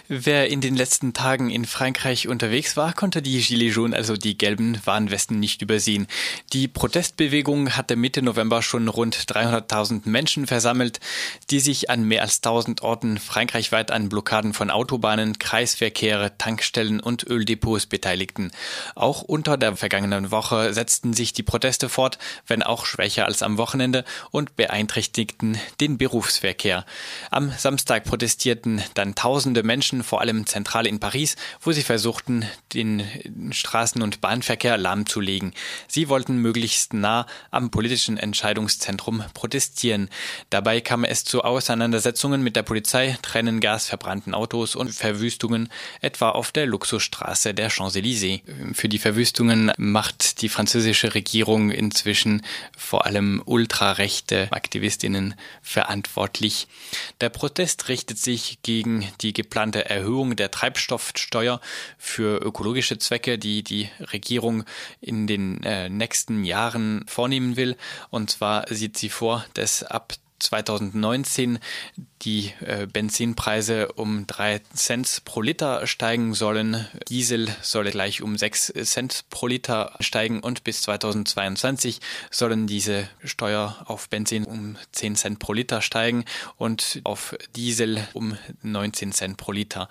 Wer in den letzten Tagen in Frankreich unterwegs war, konnte die Gilets jaunes, also die gelben Warnwesten, nicht übersehen. Die Protestbewegung hatte Mitte November schon rund 300.000 Menschen versammelt, die sich an mehr als 1.000 Orten frankreichweit an Blockaden von Autobahnen, Kreisverkehre, Tankstellen und Öldepots beteiligten. Auch unter der vergangenen Woche setzten sich die Proteste fort, wenn auch schwächer als am Wochenende, und beeinträchtigten den Berufsverkehr. Am Samstag protestierten dann tausende Menschen, vor allem zentral in Paris, wo sie versuchten, den Straßen- und Bahnverkehr lahmzulegen. Sie wollten möglichst nah am politischen Entscheidungszentrum protestieren. Dabei kam es zu Auseinandersetzungen mit der Polizei, Tränengas, verbrannten Autos und Verwüstungen, etwa auf der Luxusstraße der Champs-Élysées. Für die Verwüstungen macht die französische Regierung inzwischen vor allem ultrarechte Aktivistinnen verantwortlich. Der Protest richtet sich gegen die geplante Erhöhung der Treibstoffsteuer für ökologische Zwecke, die die Regierung in den nächsten Jahren vornehmen will. Und zwar sieht sie vor, dass ab 2019 die Benzinpreise um 3 Cent pro Liter steigen sollen. Diesel soll gleich um 6 Cent pro Liter steigen und bis 2022 sollen diese Steuer auf Benzin um 10 Cent pro Liter steigen und auf Diesel um 19 Cent pro Liter.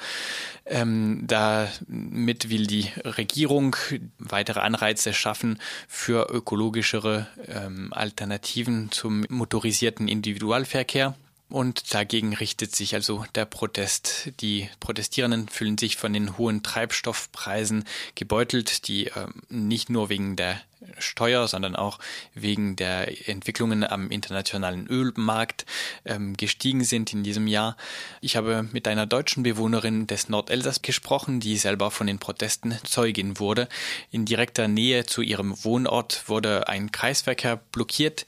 Damit will die Regierung weitere Anreize schaffen für ökologischere Alternativen zum motorisierten Individualverkehr. Und dagegen richtet sich also der Protest. Die Protestierenden fühlen sich von den hohen Treibstoffpreisen gebeutelt, die nicht nur wegen der Steuer, sondern auch wegen der Entwicklungen am internationalen Ölmarkt gestiegen sind in diesem Jahr. Ich habe mit einer deutschen Bewohnerin des Nordelsass gesprochen, die selber von den Protesten Zeugin wurde. In direkter Nähe zu ihrem Wohnort wurde ein Kreisverkehr blockiert,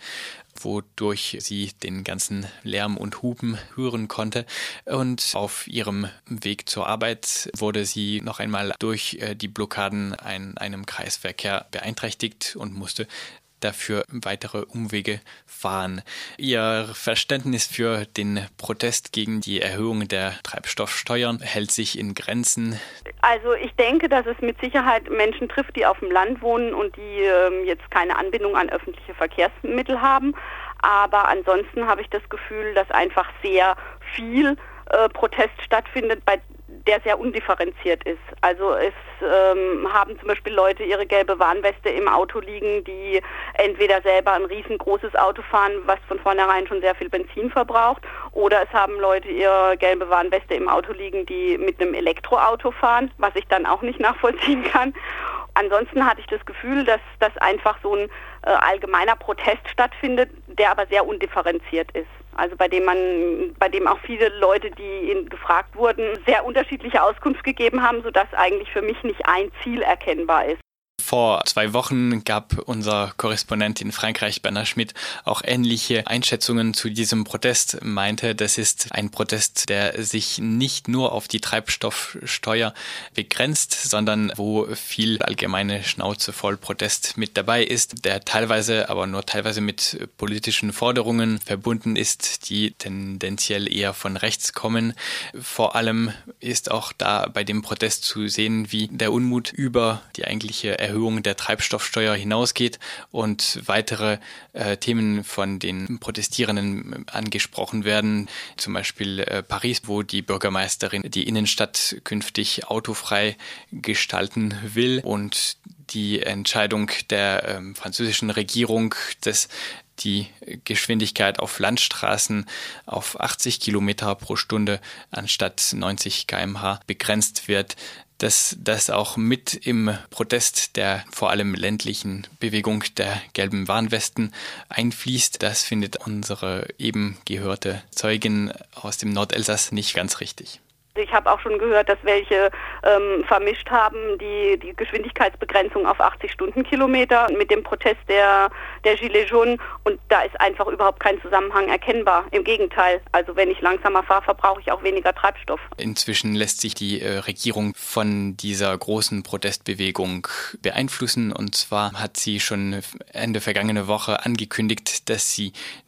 wodurch sie den ganzen Lärm und Hupen hören konnte. Und auf ihrem Weg zur Arbeit wurde sie noch einmal durch die Blockaden einem Kreisverkehr beeinträchtigt und musste dafür weitere Umwege fahren. Ihr Verständnis für den Protest gegen die Erhöhung der Treibstoffsteuern hält sich in Grenzen. Also ich denke, dass es mit Sicherheit Menschen trifft, die auf dem Land wohnen und die jetzt keine Anbindung an öffentliche Verkehrsmittel haben. Aber ansonsten habe ich das Gefühl, dass einfach sehr viel Protest stattfindet, der sehr undifferenziert ist. Also es haben zum Beispiel Leute ihre gelbe Warnweste im Auto liegen, die entweder selber ein riesengroßes Auto fahren, was von vornherein schon sehr viel Benzin verbraucht, oder es haben Leute ihre gelbe Warnweste im Auto liegen, die mit einem Elektroauto fahren, was ich dann auch nicht nachvollziehen kann. Ansonsten hatte ich das Gefühl, dass das einfach so ein allgemeiner Protest stattfindet, der aber sehr undifferenziert ist. Also bei dem auch viele Leute, die gefragt wurden, sehr unterschiedliche Auskunft gegeben haben, sodass eigentlich für mich nicht ein Ziel erkennbar ist. Vor 2 Wochen gab unser Korrespondent in Frankreich, Bernhard Schmidt, auch ähnliche Einschätzungen zu diesem Protest, meinte, das ist ein Protest, der sich nicht nur auf die Treibstoffsteuer begrenzt, sondern wo viel allgemeine Schnauze voll Protest mit dabei ist, der teilweise, aber nur teilweise mit politischen Forderungen verbunden ist, die tendenziell eher von rechts kommen. Vor allem ist auch da bei dem Protest zu sehen, wie der Unmut über die eigentliche Erhöhung der Treibstoffsteuer hinausgeht und weitere Themen von den Protestierenden angesprochen werden. Zum Beispiel Paris, wo die Bürgermeisterin die Innenstadt künftig autofrei gestalten will, und die Entscheidung der französischen Regierung, dass die Geschwindigkeit auf Landstraßen auf 80 Kilometer pro Stunde anstatt 90 km/h begrenzt wird, dass das auch mit im Protest der vor allem ländlichen Bewegung der gelben Warnwesten einfließt. Das findet unsere eben gehörte Zeugin aus dem Nordelsass nicht ganz richtig. Ich habe auch schon gehört, dass welche vermischt haben die Geschwindigkeitsbegrenzung auf 80 Stundenkilometer mit dem Protest der Gilets jaunes, und da ist einfach überhaupt kein Zusammenhang erkennbar. Im Gegenteil, also wenn ich langsamer fahre, verbrauche ich auch weniger Treibstoff. Inzwischen lässt sich die Regierung von dieser großen Protestbewegung beeinflussen, und zwar hat sie schon Ende vergangene Woche angekündigt, dass sie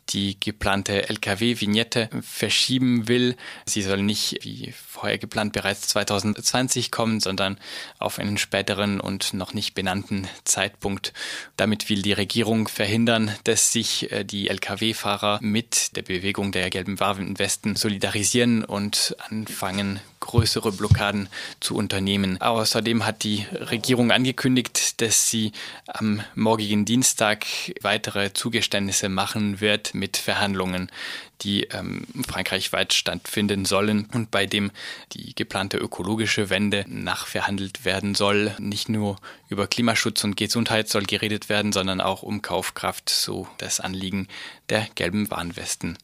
die geplante Lkw-Vignette verschieben will. Sie soll nicht, wie vorher geplant, bereits 2020 kommen, sondern auf einen späteren und noch nicht benannten Zeitpunkt. Damit will die Regierung verhindern, dass sich die Lkw-Fahrer mit der Bewegung der gelben Warnwesten solidarisieren und anfangen, größere Blockaden zu unternehmen. Außerdem hat die Regierung angekündigt, dass sie am morgigen Dienstag weitere Zugeständnisse machen wird mit Verhandlungen, die frankreichweit stattfinden sollen und bei dem die geplante ökologische Wende nachverhandelt werden soll. Nicht nur über Klimaschutz und Gesundheit soll geredet werden, sondern auch um Kaufkraft, so das Anliegen der gelben Warnwesten.